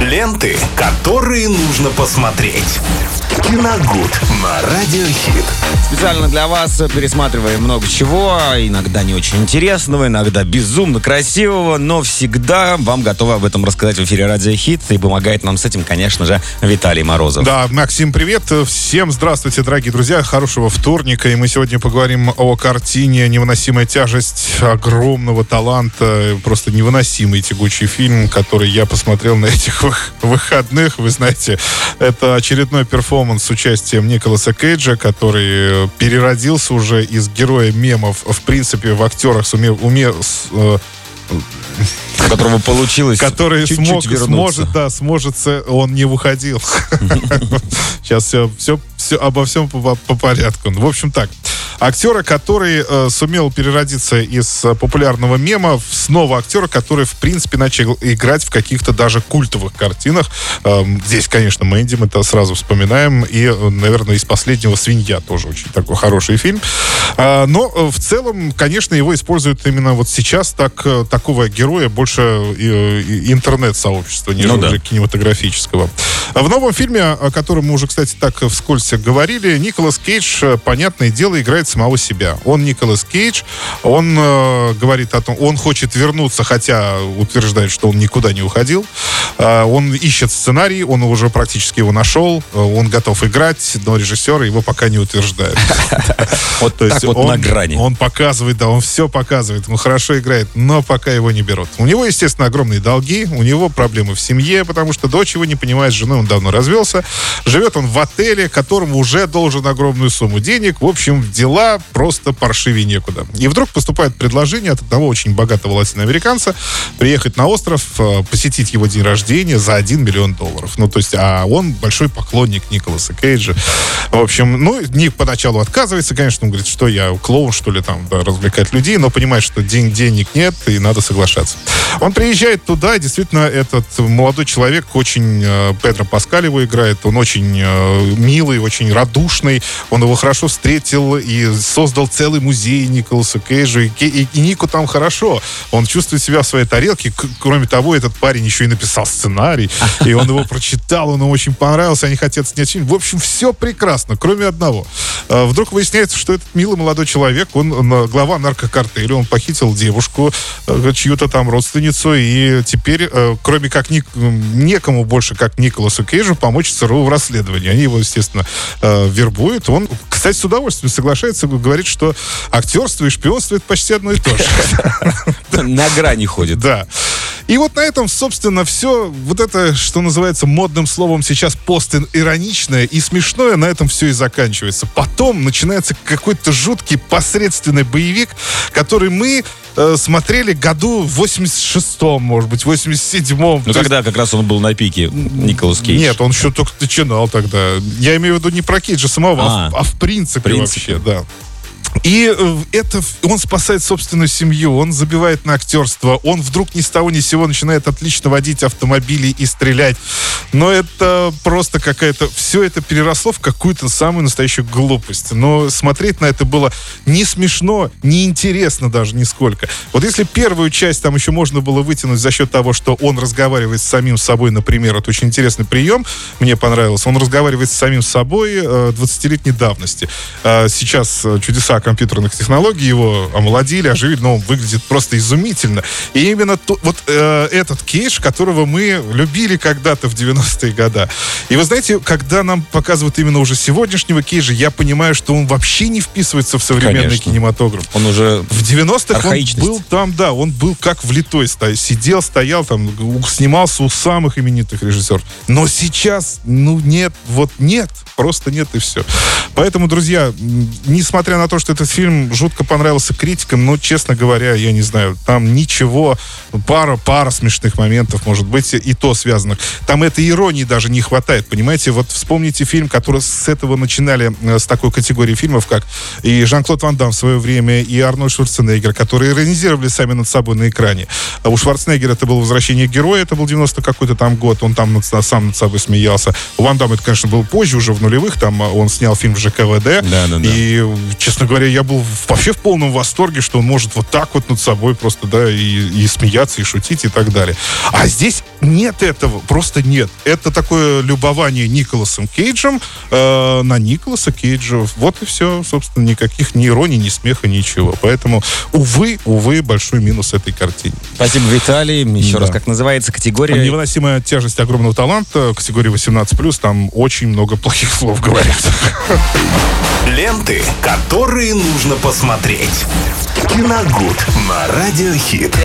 Ленты, которые нужно посмотреть. Киногуд на Радиохит. Специально для вас пересматриваем много чего, иногда не очень интересного, иногда безумно красивого, но всегда вам готовы об этом рассказать в эфире Радиохит, и помогает нам с этим, конечно же, Виталий Морозов. Да, Максим, привет. Всем здравствуйте, дорогие друзья. Хорошего вторника. И мы сегодня поговорим о картине «Невыносимая тяжесть» огромного таланта. Просто невыносимый тягучий фильм, который я посмотрел на этих выходных. Вы знаете, это очередной перформанс с участием Николаса Кейджа, который переродился уже из героя мемов, в принципе, в актерах, у которого получилось который чуть-чуть вернуться. сможет, он не уходил. Сейчас все обо всем по порядку. В общем так, актера, который сумел переродиться из популярного мема, снова актера, который, в принципе, начал играть в каких-то даже культовых картинах. Здесь, конечно, Мэнди, мы это сразу вспоминаем. И, наверное, из последнего «Свинья» тоже очень такой хороший фильм. Но в целом, конечно, его используют именно вот сейчас такого героя больше интернет-сообщества, нежели кинематографического. В новом фильме, о котором мы уже, кстати, так вскользь говорили, Николас Кейдж, понятное дело, играет самого себя. Он Николас Кейдж, он говорит о том, он хочет вернуться, хотя утверждает, что он никуда не уходил. Он ищет сценарий, он уже практически его нашел, он готов играть, но режиссер его пока не утверждает. Вот так вот на грани. Он показывает, он все показывает, он хорошо играет, но пока его не берут. У него, естественно, огромные долги, у него проблемы в семье, потому что дочь его не понимает, с женой он давно развелся. Живет он в отеле, которому уже должен огромную сумму денег. В общем, дела просто паршивее некуда. И вдруг поступает предложение от одного очень богатого латиноамериканца приехать на остров, посетить его день рождения за $1 миллион. Ну, то есть, а он большой поклонник Николаса Кейджа. В общем, Ник поначалу отказывается, конечно, он говорит, что я клоун, что ли, там, да, развлекать людей, но понимает, что денег нет, и надо соглашаться. Он приезжает туда, и действительно, этот молодой человек очень, Педро Паскаль его играет, он очень милый, очень радушный, он его хорошо встретил и создал целый музей Николаса Кейджа, и Нику там хорошо, он чувствует себя в своей тарелке. Кроме того, этот парень еще и написал сценарий, и он его прочитал, он ему очень понравился, они хотят снять фильм. В общем, все прекрасно, кроме одного. Вдруг выясняется, что этот милый молодой человек, он глава наркокартеля, он похитил девушку, чью-то там родственницу, и теперь, кроме как некому больше, как Николасу Кейджу, помочь ЦРУ в расследовании. Они его, естественно, вербуют. Он, кстати, с удовольствием соглашается, говорит, что актерство и шпионство — это почти одно и то же. На грани ходит. Да. И вот на этом, собственно, все, вот это, что называется модным словом сейчас, постироничное и смешное, на этом все и заканчивается. Потом начинается какой-то жуткий посредственный боевик, который мы смотрели году в 86-м, может быть, 87-м. Ну, тогда как раз он был на пике, Николас Кейдж. Нет, он еще только начинал тогда. Я имею в виду не про Кейджа самого, а в принципе вообще, да. И он спасает собственную семью, он забивает на актерство, он вдруг ни с того ни с сего начинает отлично водить автомобили и стрелять. Но это просто какая-то... Все это переросло в какую-то самую настоящую глупость. Но смотреть на это было не смешно, не интересно даже нисколько. Вот если первую часть там еще можно было вытянуть за счет того, что он разговаривает с самим собой, например, это очень интересный прием, мне понравился. Он разговаривает с самим собой 20-летней давности. Сейчас чудеса компьютерных технологий его омолодили, оживили, но он выглядит просто изумительно. И именно этот Кейдж, которого мы любили когда-то в 90-е годы. И вы знаете, когда нам показывают именно уже сегодняшнего Кейджа, я понимаю, что он вообще не вписывается в современный кинематограф. Он уже в 90-х он был там, да, он был как влитой, сидел, стоял там, снимался у самых именитых режиссеров. Но сейчас, нет, просто нет, и все. Поэтому, друзья, несмотря на то, что этот фильм жутко понравился критикам, но, честно говоря, я не знаю, там ничего, пара смешных моментов, может быть, и то связанных. Там этой иронии даже не хватает, понимаете? Вот вспомните фильм, который с этого начинали, с такой категории фильмов, как и Жан-Клод Ван Дамм в свое время, и Арнольд Шварценеггер, которые иронизировали сами над собой на экране. А у Шварценеггера это было «Возвращение героя», это был 90 какой-то там год, он там сам над собой смеялся. У Ван Дамма это, конечно, было позже, уже в нулевых, там он снял фильм ЖКВД, и, честно говоря, говоря, я был вообще в полном восторге, что он может вот так вот над собой просто, да, и смеяться, и шутить, и так далее. А здесь нет этого, просто нет. Это такое любование Николасом Кейджем на Николаса Кейджа. Вот и все, собственно, никаких ни иронии, ни смеха, ничего. Поэтому, увы, большой минус этой картине. Спасибо, Виталий. Еще раз, как называется категория? Невыносимая тяжесть огромного таланта, категория 18+, там очень много плохих слов говорят. Ленты, которые нужно посмотреть. Киногуд на Радио Хит.